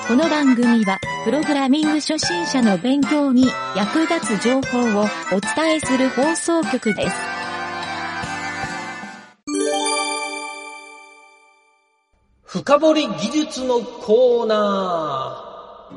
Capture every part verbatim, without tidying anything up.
この番組は、プログラミング初心者の勉強に役立つ情報をお伝えする放送局です。 深掘り技術のコーナー。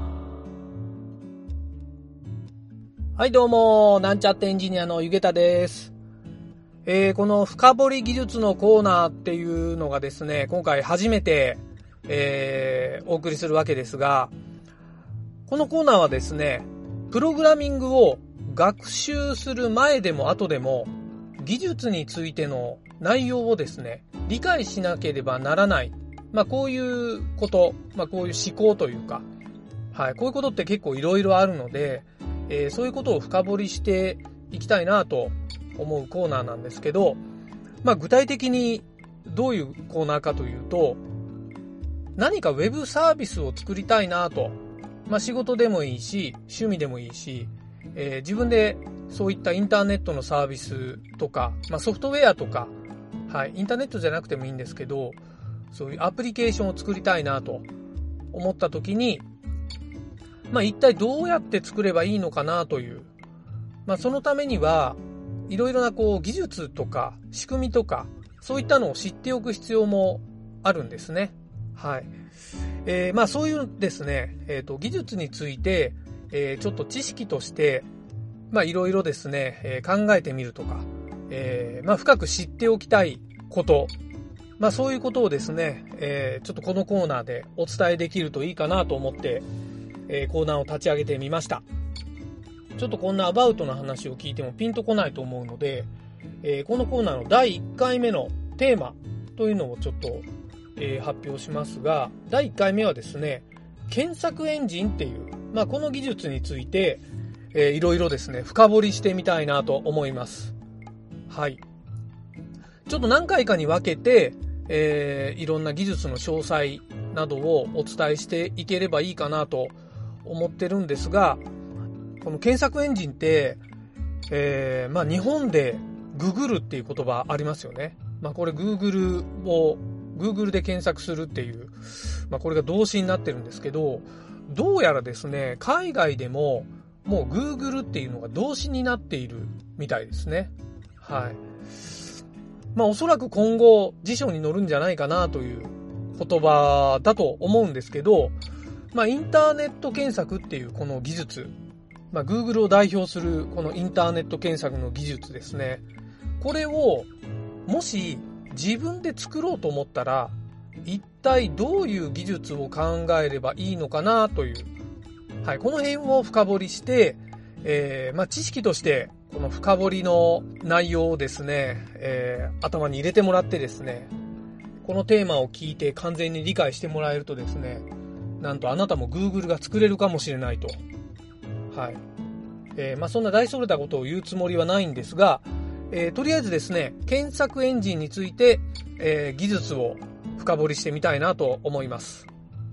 はい、どうも、なんちゃってエンジニアのゆげたです。えー、この深掘り技術のコーナーっていうのがですね、今回初めて、えー、お送りするわけですが、このコーナーはですね、プログラミングを学習する前でも後でも、技術についての内容をですね、理解しなければならない。まあこういうこと、まあこういう思考というか、はい、こういうことって結構いろいろあるので、えー、そういうことを深掘りしていきたいなと思うコーナーなんですけど、まあ具体的にどういうコーナーかというと、何かウェブサービスを作りたいなと、まあ仕事でもいいし、趣味でもいいし、えー、自分でそういったインターネットのサービスとか、まあソフトウェアとか、はい、インターネットじゃなくてもいいんですけど、そういうアプリケーションを作りたいなと思ったときに、まあ一体どうやって作ればいいのかなという、まあそのためにはいろいろなこう技術とか仕組みとかそういったのを知っておく必要もあるんですね。はい。えー、まあそういうですね、えっと技術について、えー、ちょっと知識としてまあいろいろですね、えー、考えてみるとか、えー、まあ深く知っておきたいこと。まあそういうことをですね、えー、ちょっとこのコーナーでお伝えできるといいかなと思って、えー、コーナーを立ち上げてみました。ちょっとこんなアバウトな話を聞いてもピンとこないと思うので、えー、このコーナーのだいいっかいめのテーマというのをちょっと、えー、発表しますが、だいいっかいめはですね、検索エンジンっていう、まあこの技術について、えー、いろいろですね、深掘りしてみたいなと思います。はい。ちょっと何回かに分けて、えー、いろんな技術の詳細などをお伝えしていければいいかなと思ってるんですが、この検索エンジンって、えー、まあ日本でググるっていう言葉ありますよね。まあこれ Google を Google で検索するっていう、まあこれが動詞になってるんですけど、どうやらですね、海外でももう Google っていうのが動詞になっているみたいですね。はい。まあおそらく今後辞書に載るんじゃないかなという言葉だと思うんですけど、まあインターネット検索っていうこの技術、まあ Google を代表するこのインターネット検索の技術ですね。これをもし自分で作ろうと思ったら、一体どういう技術を考えればいいのかなという、はい、この辺を深掘りして、えー、まあ知識としてこの深掘りの内容をですね、えー、頭に入れてもらってですね、このテーマを聞いて完全に理解してもらえるとですね、なんとあなたも Google が作れるかもしれないと。はい。えー、まあそんな大それたことを言うつもりはないんですが、えー、とりあえずですね、検索エンジンについて、えー、技術を深掘りしてみたいなと思います。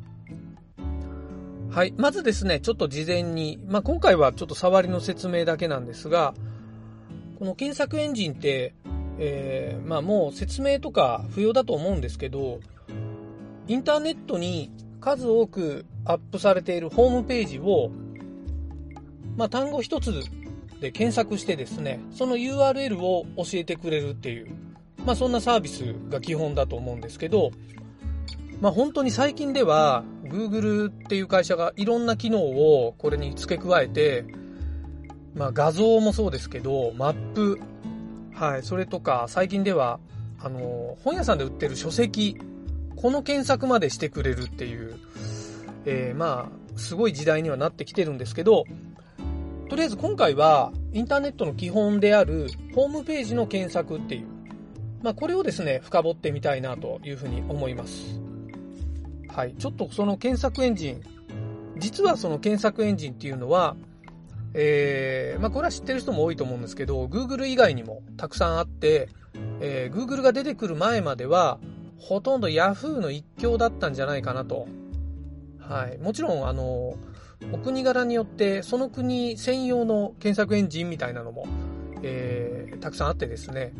はい。まずですね、ちょっと事前に、まあ今回はちょっと触りの説明だけなんですが、この検索エンジンって、えー、まあもう説明とか不要だと思うんですけど、インターネットに数多くアップされているホームページを、まあ単語一つで検索してですね、その ユーアールエル を教えてくれるっていう、まあそんなサービスが基本だと思うんですけど、まあ本当に最近では Google っていう会社がいろんな機能をこれに付け加えて、まあ画像もそうですけど、マップ、はい、それとか最近ではあの本屋さんで売ってる書籍、この検索までしてくれるっていう、えー、まあすごい時代にはなってきてるんですけど、とりあえず今回はインターネットの基本であるホームページの検索っていう、まあこれをですね深掘ってみたいなというふうに思います。はい、ちょっとその検索エンジン、実はその検索エンジンっていうのは、えー、まあこれは知ってる人も多いと思うんですけど、Google 以外にもたくさんあって、えー、Google が出てくる前まではほとんど Yahoo の一強だったんじゃないかなと。はい、もちろんあのお国柄によってその国専用の検索エンジンみたいなのも、えー、たくさんあってですね、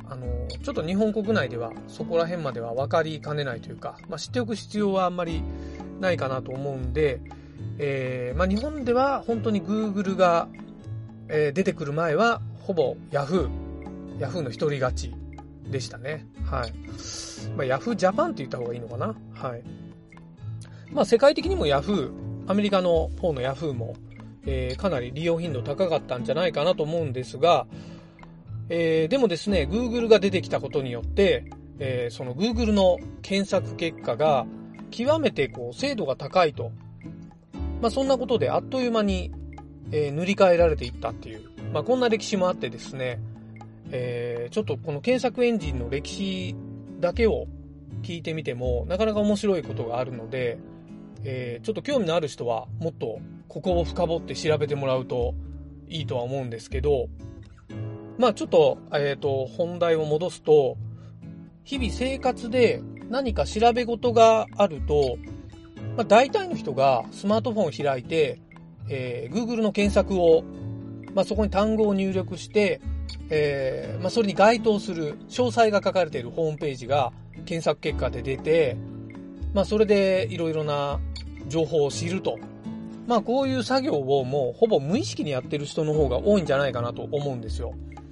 あの、ちょっと日本国内ではそこら辺までは分かりかねないというか、まあ、知っておく必要はあんまりないかなと思うんで、えー、まあ、日本では本当に Google が、えー、出てくる前はほぼ Yahoo、Yahoo の一人勝ちでしたね。はい。まあ、Yahoo Japan って言った方がいいのかな。はい。まあ、世界的にも Yahoo、アメリカの方の Yahoo も、えー、かなり利用頻度高かったんじゃないかなと思うんですが、えー、でもですね、Google が出てきたことによって、えー、その Google の検索結果が極めてこう精度が高いと。まあ、そんなことであっという間に、えー、塗り替えられていったっていう、まあ、こんな歴史もあってですね、えー、ちょっとこの検索エンジンの歴史だけを聞いてみてもなかなか面白いことがあるので、えー、ちょっと興味のある人はもっとここを深掘って調べてもらうといいとは思うんですけど、まあちょっと、えっと、本題を戻すと、日々生活で何か調べ事があると、まあ、大体の人がスマートフォンを開いて、えー、Google の検索を、まあ、そこに単語を入力して、えーまあ、それに該当する詳細が書かれているホームページが検索結果で出て、まあ、それでいろいろな情報を知ると。まあ、こういう作業をもうほぼ無意識にやってる人の方が多いんじゃないかなと思うんですよ。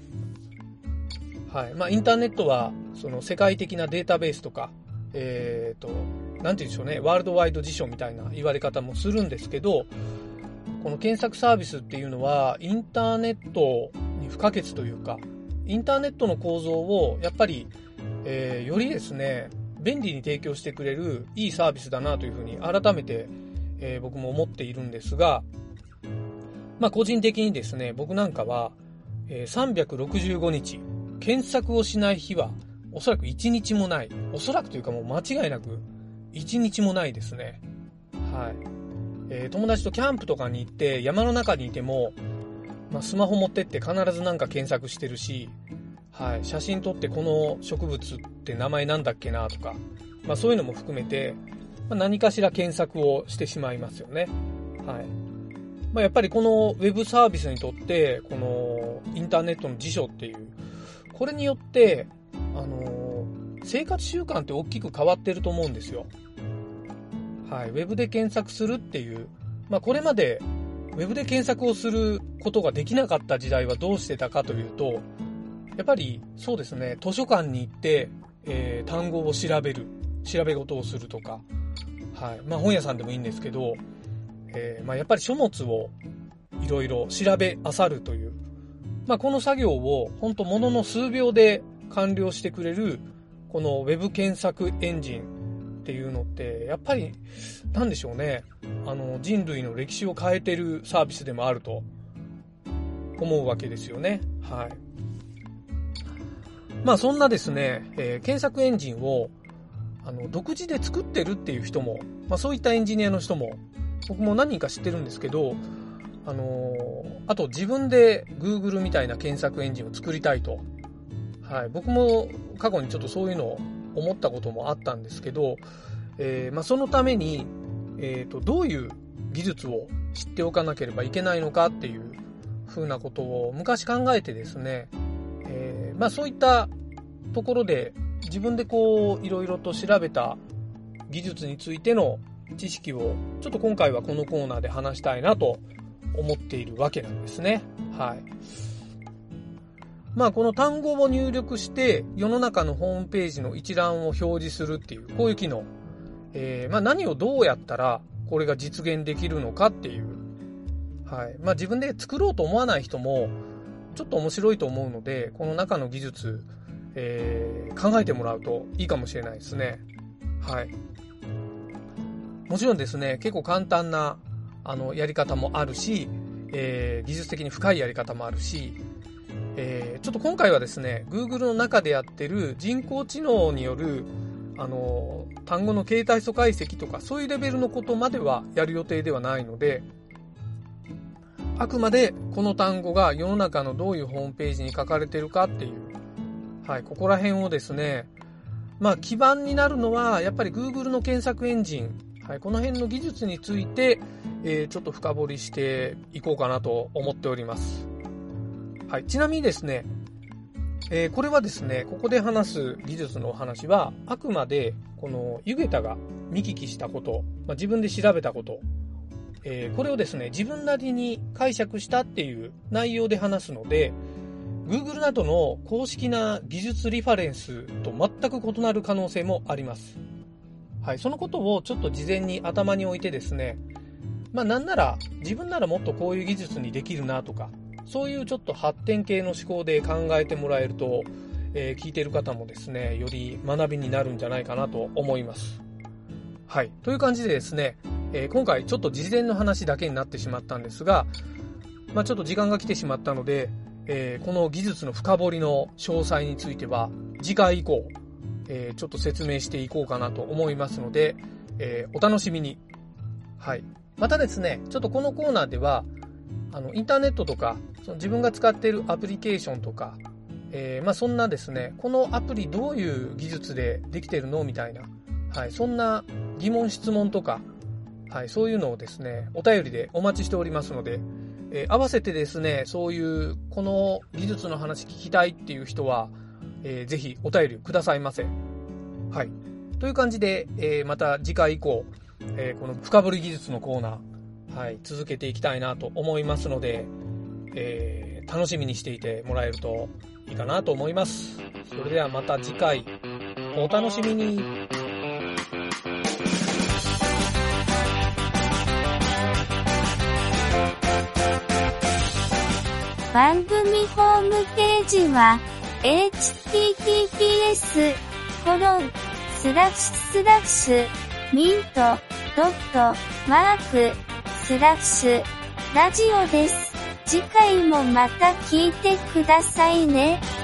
はい。まあ、インターネットは、その世界的なデータベースとか、えっと、なんて言うんでしょうね、ワールドワイド辞書みたいな言われ方もするんですけど、この検索サービスっていうのは、インターネットに不可欠というか、インターネットの構造を、やっぱり、えー、よりですね、便利に提供してくれるいいサービスだなというふうに改めて、えー、僕も思っているんですが、まあ個人的にですね、僕なんかは、えー、さんびゃくろくじゅうごにち、検索をしない日はおそらくいちにちもない。おそらくというかもう間違いなくいちにちもないですね。はい。えー、友達とキャンプとかに行って山の中にいても、まあ、スマホ持ってって必ずなんか検索してるし、はい。写真撮ってこの植物って名前なんだっけなとか、まあそういうのも含めて、まあ、何かしら検索をしてしまいますよね。はい。まあやっぱりこのウェブサービスにとってこのインターネットの辞書っていうこれによって、あのー、生活習慣って大きく変わってると思うんですよ。はい。ウェブで検索するっていう、まあこれまでウェブで検索をすることができなかった時代はどうしてたかというと、やっぱりそうですね、図書館に行って、えー、単語を調べる、調べ事をするとか、はい。まあ本屋さんでもいいんですけど、えー、まあやっぱり書物をいろいろ調べ漁るという、まあ、この作業を本当ものの数秒で完了してくれるこのウェブ検索エンジンっていうのってやっぱりなんでしょうね、あの人類の歴史を変えてるサービスでもあると思うわけですよね。はい。まあそんなですね、えー、検索エンジンをあの独自で作ってるっていう人も、まあそういったエンジニアの人も僕も何人か知ってるんですけど、あのー、あと自分で Google みたいな検索エンジンを作りたいと。はい。僕も過去にちょっとそういうのを思ったこともあったんですけど、えー、まあそのために、えーと、どういう技術を知っておかなければいけないのかっていう風なことを昔考えてですね、えー、まあそういったところで自分でこういろいろと調べた技術についての知識をちょっと今回はこのコーナーで話したいなと思っているわけなんですね。はい。まあこの単語を入力して世の中のホームページの一覧を表示するっていうこういう機能、えー、まあ何をどうやったらこれが実現できるのかっていう、はい。まあ自分で作ろうと思わない人もちょっと面白いと思うのでこの中の技術、えー、考えてもらうといいかもしれないですね。はい。もちろんですね、結構簡単なあのやり方もあるし、えー、技術的に深いやり方もあるし、えー、ちょっと今回はですね Google の中でやってる人工知能によるあの単語の形態素解析とかそういうレベルのことまではやる予定ではないので、あくまでこの単語が世の中のどういうホームページに書かれてるかっていう、はい、ここら辺をですね、まあ基盤になるのはやっぱり Google の検索エンジン、はい、この辺の技術について、えー、ちょっと深掘りしていこうかなと思っております。はい、ちなみにですね、 えー、これはですね、ここで話す技術のお話は、あくまで、この、ゆげたが見聞きしたこと、まあ、自分で調べたこと、えー、これをですね、自分なりに解釈したっていう内容で話すので、Google などの公式な技術リファレンスと全く異なる可能性もあります。はい、そのことをちょっと事前に頭に置いてですね、まあなんなら自分ならもっとこういう技術にできるなとか、そういうちょっと発展系の思考で考えてもらえると、えー、聞いている方もですね、より学びになるんじゃないかなと思います。はい、という感じでですね、えー、今回ちょっと事前の話だけになってしまったんですが、まあちょっと時間が来てしまったので、えー、この技術の深掘りの詳細については次回以降、えー、ちょっと説明していこうかなと思いますので、えー、お楽しみに。はい。またですね、ちょっとこのコーナーではあのインターネットとかその自分が使っているアプリケーションとか、えー、まあそんなですね、このアプリどういう技術でできてるのみたいな、はい、そんな疑問質問とか、はい、そういうのをですね、お便りでお待ちしておりますので、えー、合わせてですね、そういうこの技術の話聞きたいっていう人は、えー、ぜひお便りくださいませ。はい。という感じで、えー、また次回以降、えー、この深掘り技術のコーナー、はい、続けていきたいなと思いますので、えー、楽しみにしていてもらえるといいかなと思います。それではまた次回、お楽しみに。 番組ホームページは エイチティーティーピーエスコロンスラッシュスラッシュミントドットマークスラッシュラジオです。次回もまた聞いてくださいね。